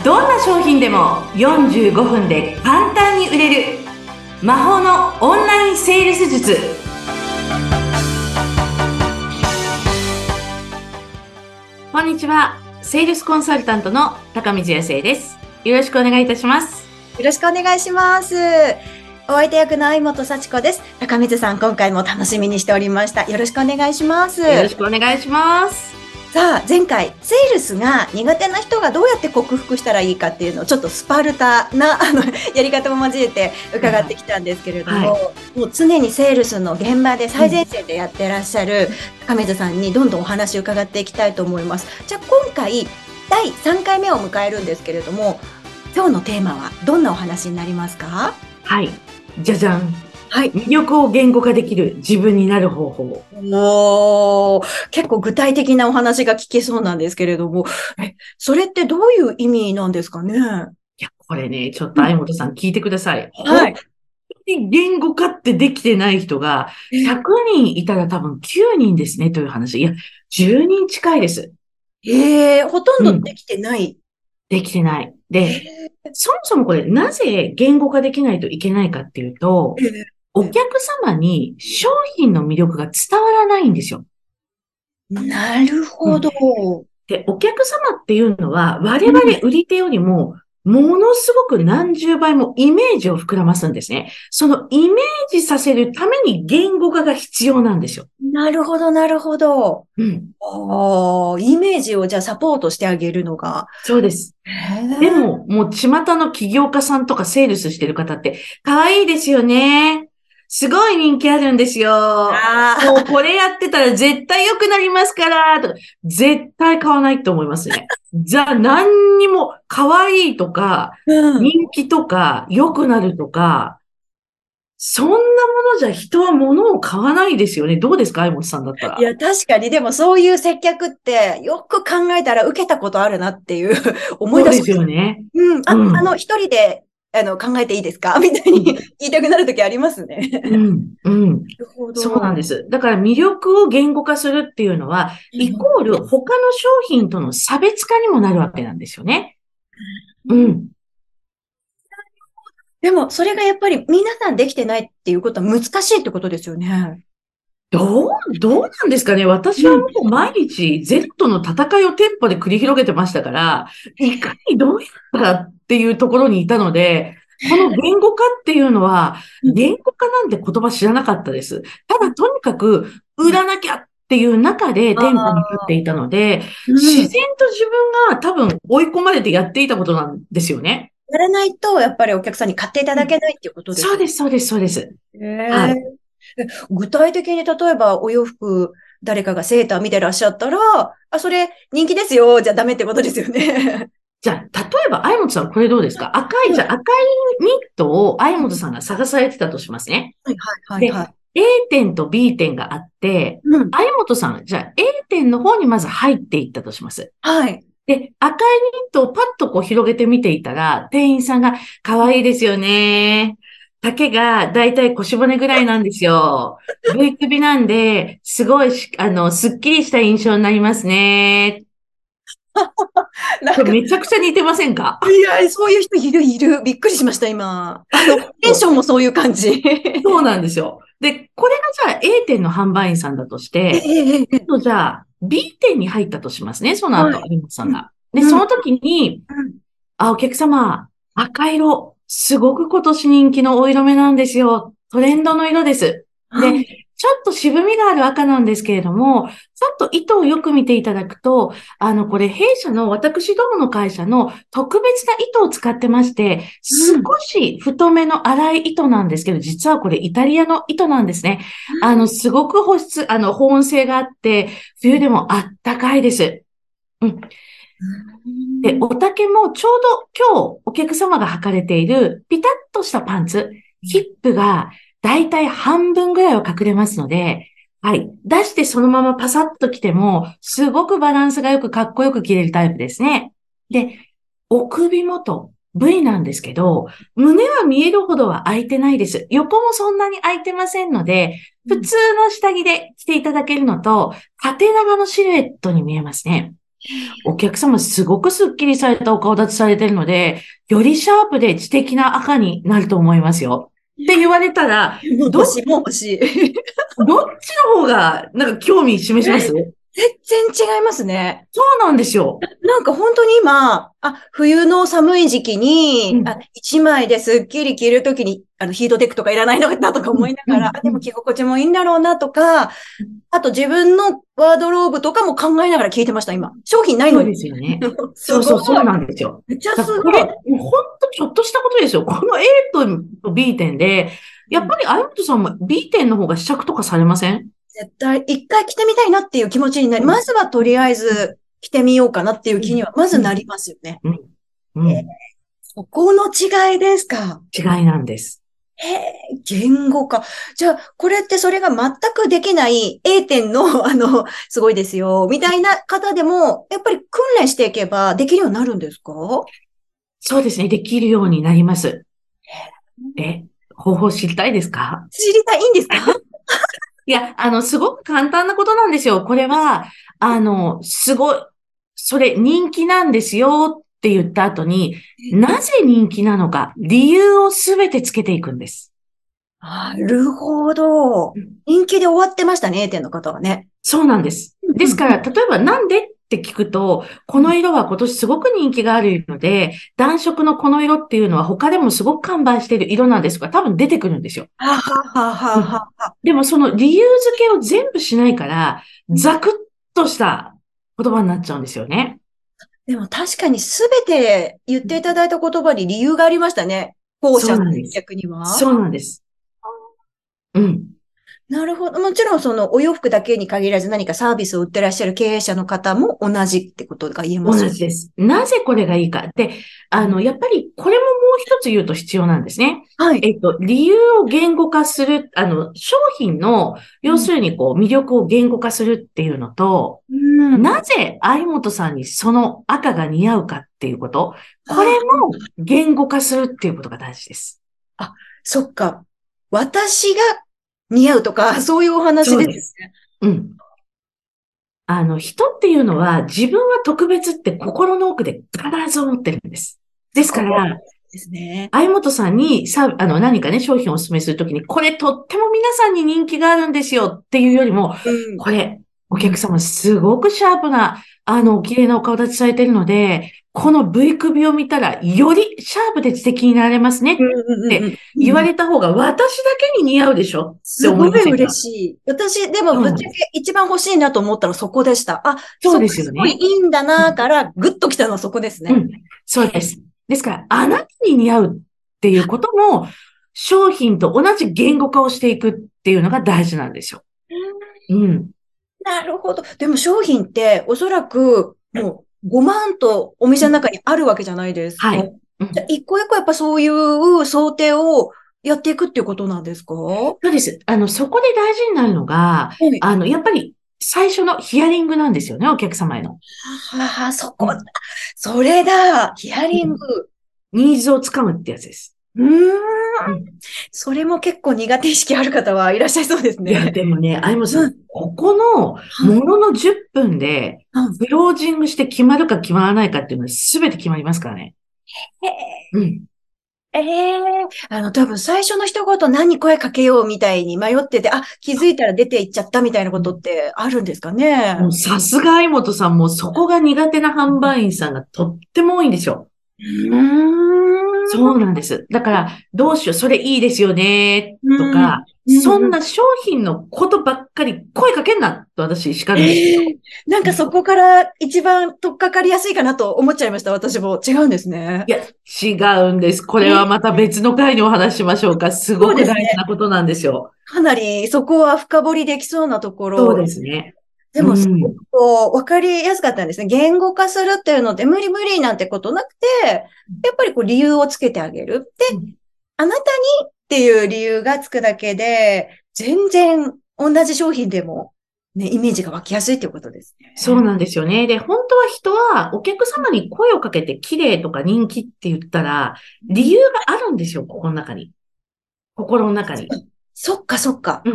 どんな商品でも45分で簡単に売れる魔法のオンラインセールス術。こんにちは。セールスコンサルタントの高水康生です。よろしくお願いいたします。 よろしくお願いします。お相手役の相本幸子です。高水さん、今回も楽しみにしておりました。よろしくお願いします。 よろしくお願いします。 さあ、前回、セールスが苦手な人がどうやって克服したらいいかっていうのをちょっとスパルタなやり方も交えて伺ってきたんですけれども、もう常にセールスの現場で最前線でやってらっしゃる高水さんにどんどんお話を伺っていきたいと思います。じゃあ今回、第3回目を迎えるんですけれども、今日のテーマはどんなお話になりますか？ はい。じゃじゃん。 はい。 魅力を言語化できる自分になる方法。 結構具体的なお話が聞けそうなんですけれども、それってどういう意味なんですかね？ いや、これね、ちょっと相本さん聞いてください。 はい。 本当に言語化ってできてない人が100人いたら多分9人ですねという話。いや、10人近いです。 ほとんどできてない。 できてない。で、そもそもこれなぜ言語化できないといけないかっていうと、お客様に商品の魅力が伝わらないんですよ。 なるほど。 で、お客様っていうのは我々売り手よりもものすごく何十倍もイメージを膨らますんですね。そのイメージさせるために言語化が必要なんですよ。 なるほど、なるほど。イメージをじゃあサポートしてあげるのが。 そうです。でも、もう巷の起業家さんとかセールスしてる方って、可愛いですよね。すごい人気あるんですよ。もうこれやってたら絶対良くなりますから、とか、絶対買わないと思いますね。じゃあ何にも可愛いとか、人気とか、良くなるとか、そんなものじゃ人は物を買わないですよね。どうですか、相本さんだったら。 いや、確かに、でもそういう接客ってよく考えたら受けたことあるなっていう思い出します。 そうですよね。 一人で考えていいですかみたいに言いたくなるときありますね。 そうなんです。だから魅力を言語化するっていうのは、イコール他の商品との差別化にもなるわけなんですよね。 でも、それがやっぱり皆さんできてないっていうことは難しいってことですよね。 どうなんですかね。私はもう毎日 Z の戦いを店舗で繰り広げてましたから、いかにどうやったらっていうところにいたので、この言語化っていうのは、言語化なんて言葉知らなかったです。ただとにかく売らなきゃっていう中で店舗に立っていたので、自然と自分が多分追い込まれてやっていたことなんですよね。 やらないと、やっぱりお客さんに買っていただけないっていうことですよね。 そうです、そうです。はい。 具体的に例えばお洋服、誰かがセーター見てらっしゃったら、それ人気ですよ、じゃダメってことですよね。 じゃあ、例えば、相本さん、これどうですか？赤いニットを相本さんが探されてたとしますね。で、A 点と B 点があって、相本さん、じゃあ A 点の方にまず入っていったとします。 はい。 で、赤いニットをパッとこう広げて見ていたら、店員さんが、可愛いですよね。丈がだいたい腰骨ぐらいなんですよ。V 首なんで、すごいすっきりした印象になりますね。めちゃくちゃ似てませんか？ いや、そういう人いる。びっくりしました、今。テンションもそういう感じ。 そうなんですよ。で、これがじゃあ A 店の販売員さんだとして、じゃあ B 店に入ったとしますね、その後、有本さんが。で、その時に、お客様、赤色、すごく今年人気のお色目なんですよ。トレンドの色です。で、ちょっと渋みがある赤なんですけれども、ちょっと糸をよく見ていただくと、これ弊社の私どもの会社の特別な糸を使ってまして、少し太めの粗い糸なんですけど、実はこれイタリアの糸なんですね。すごく保温性があって、冬でもあったかいです。で、お丈もちょうど今日お客様が履かれているピタッとしたパンツ、ヒップがだいたい半分ぐらいは隠れますので、はい。出してそのままパサッと着ても、すごくバランスがよくかっこよく着れるタイプですね。で、お首元、V なんですけど、胸は見えるほどは開いてないです。横もそんなに開いてませんので、普通の下着で着ていただけるのと、縦長のシルエットに見えますね。 お客様すごくスッキリされたお顔立ちされてるので、よりシャープで知的な赤になると思いますよ。って言われたら、 もう欲しい、もう欲しい。 どっちの方が、興味示します？ 全然違いますね。 そうなんですよ。 なんか本当に今、冬の寒い時期に、 うん。 一枚ですっきり着るときに、ヒートテックとかいらないのかなとかうん。 思いながら、 うん。うん。 でも着心地もいいんだろうなとか、あと自分のワードローブとかも考えながら聞いてました、今。商品ないのに。 そうですよね。 すごい。 そうそう、そうなんですよ。 めっちゃだからこれ、 すごい。 もう本当ちょっとしたことですよ。この A と B 点で、やっぱり相本さんも B 点の方が試着とかされません？ 絶対、一回着てみたいなっていう気持ちになり、 うん。 まずはとりあえず着てみようかなっていううん。 気には、まうん。 ずなりますよね。 うん。うえーん。 そこの違いですか。 違いなんです。 へえ、言語化。じゃあ、これってそれが全くできない A 点の、すごいですよ、みたいな方でも、やっぱり訓練していけばできるようになるんですか？ そうですね。できるようになります。 うんえ、方法知りたいですか？ 知りたい、いいんですか？ いや、すごく簡単なことなんですよ。これは、すごい、それ人気なんですよって言った後に、なぜ人気なのか、理由をすべてつけていくんです。 なるほど。人気で終わってましたね、A 点の方はね。 そうなんです。ですから、例えばなんでって聞くと、この色は今年すごく人気があるので、暖色のこの色っていうのは他でもすごく完売している色なんですが、多分出てくるんですよ。 ははははうん。 はは。 でもその理由付けを全部しないから、ザクッとした言葉になっちゃうんですよね。 でも確かにすべて言っていただいた言葉に理由がありましたね。後そ者のうなんです。 逆には。 そうなんです。うん。 なるほど。もちろんそのお洋服だけに限らず何かサービスを売ってらっしゃる経営者の方も同じってことが言えますよ。 同じです。なぜこれがいいか。で、やっぱりこれももう一つ言うと必要なんですね。 はい。 理由を言語化する、商品の、要するに魅力を言語化するっていうのと、 うん。 なぜ相本さんにその赤が似合うかっていうこと、これあも言語化するっていうことが大事です。 あ、そっか。私が似合うとか、そういうお話ですそうです。うん。人っていうのは自分は特別って心の奥で必ず思ってるんです。ですかそこら、 ですね。 相本さんに何かね、商品をお勧めするときに、これとっても皆さんに人気があるんですよっていうよりも、 うん。 これ、おうん。 客様すごくシャープな、綺麗なお顔立ちされているので、この V 首を見たら、よりシャープで知的になれますねっうんうんうんて言わうん。 れた方が、私だけに似合うでしょってす思いごい嬉ませんか？ しい。私、でもぶっちゃけそうなんです。 一番欲しいなと思ったらそこでした。 そうでそこすごいすよね。 いいんだうん。 なから、ぐっと来たのはそこですね。 うん。そうです。ですから、あなたに似合うっていうことも、商品と同じ言語化をしていくっていうのが大事なんですよ。うん。 なるほど。でも商品っておそらくもう5万とお店の中にあるわけじゃないですか。 はい。うん。 じゃあ一個一個やっぱそういう想定をやっていくっていうことなんですか？はそうです。そこで大事になるのが、 い。 やっぱり最初のヒアリングなんですよね、お客様への。 はあ、そこだ。 うん。 それだ。ヒアリンうん。 グ。 ニーズをつかむってやつです。 うーん。 うん。 それも結構苦手意識ある方はいらっしゃいそうですいや、 ね。 でもね、相本さん、 うん。 ここのはい。 ものの10分で、 うん。 クロージングして決まるか決まらないかっていうのは全て決まりますからね。 へうん。 ええ多分最初の一言何声かけようみたいに迷ってて、気づいたら出て行っちゃったみたいなことってあるんですかね。 もうさすが相本さんもそこが苦手な販売員さんがとっても多いんですよ。 うーん。 そうなんです。だから、どうしよう、それいいですよね、 うん。 とか、そんうん。 な商品のことばっかり声かけんな、と私叱るんですけど。 ええなんかそこから一番取っかかりやすいかなと思っちゃいました。私も。違うんですね。 いや、違うんです。これはえまた別の回にお話ししましょうか。すごく大事そうですね。 なことなんですよ。 かなりそこは深掘りできそうなとこそうろ。 ですね。 でも、すごくうん。 こう、わかりやすかったんですね。言語化するっていうので、無理無理なんてことなくて、やっぱりこう、理由をつけてあげる。で、 うん。 あなたにっていう理由がつくだけで、全然同じ商品でも、ね、イメージが湧きやすいっていうことですね。 そうなんですよね。で、本当は人はお客様に声をかけて綺麗とか人気って言ったら、理由があるんですよ、ここの中に。心の中に。 そっかそっか。 うん。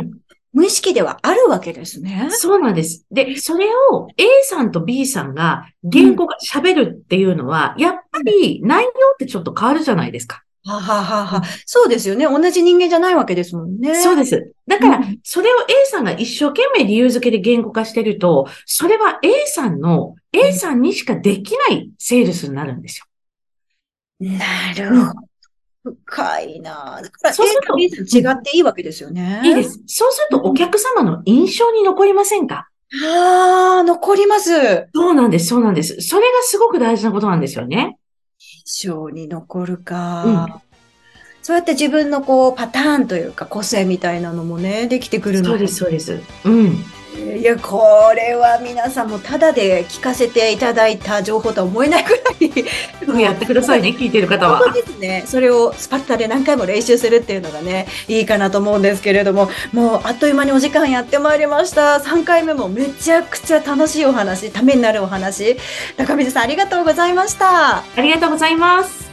無意識ではあるわけですね。 そうなんです。で、それを A さんと B さんが言語が喋るっていうのは、やっぱり内容ってちょっと変わるじゃないですか。 はははは。そうですよね。同じ人間じゃないわけですもんね。 そうです。だから、それを A さんが一生懸命理由付けで言語化してると、それは A さんにしかできないセールスになるんですよ。 なるほど。深いな。だからそうす A ると、 と B と違っていいわけですよね。 いいです。そうするとお客様の印象に残りませんか？ ああ、残ります。 そうなんです、そうなんです。それがすごく大事なことなんですよね。 印象に残るうん。 か。そうやって自分のこうパターンというか個性みたいなのもね、できてくるのか。 そうです、そうです。うん。 いや、これは皆さんもタダで聞かせていただいた情報とは思えないくらい、もう、 やってくださいね、聞いてる方本当は。 ですね。それをスパッタで何回も練習するっていうのがね、いいかなと思うんですけれども、もうあっという間にお時間やってまいりました。3回目もめちゃくちゃ楽しいお話、ためになるお話、高水さんありがとうございました。 ありがとうございます。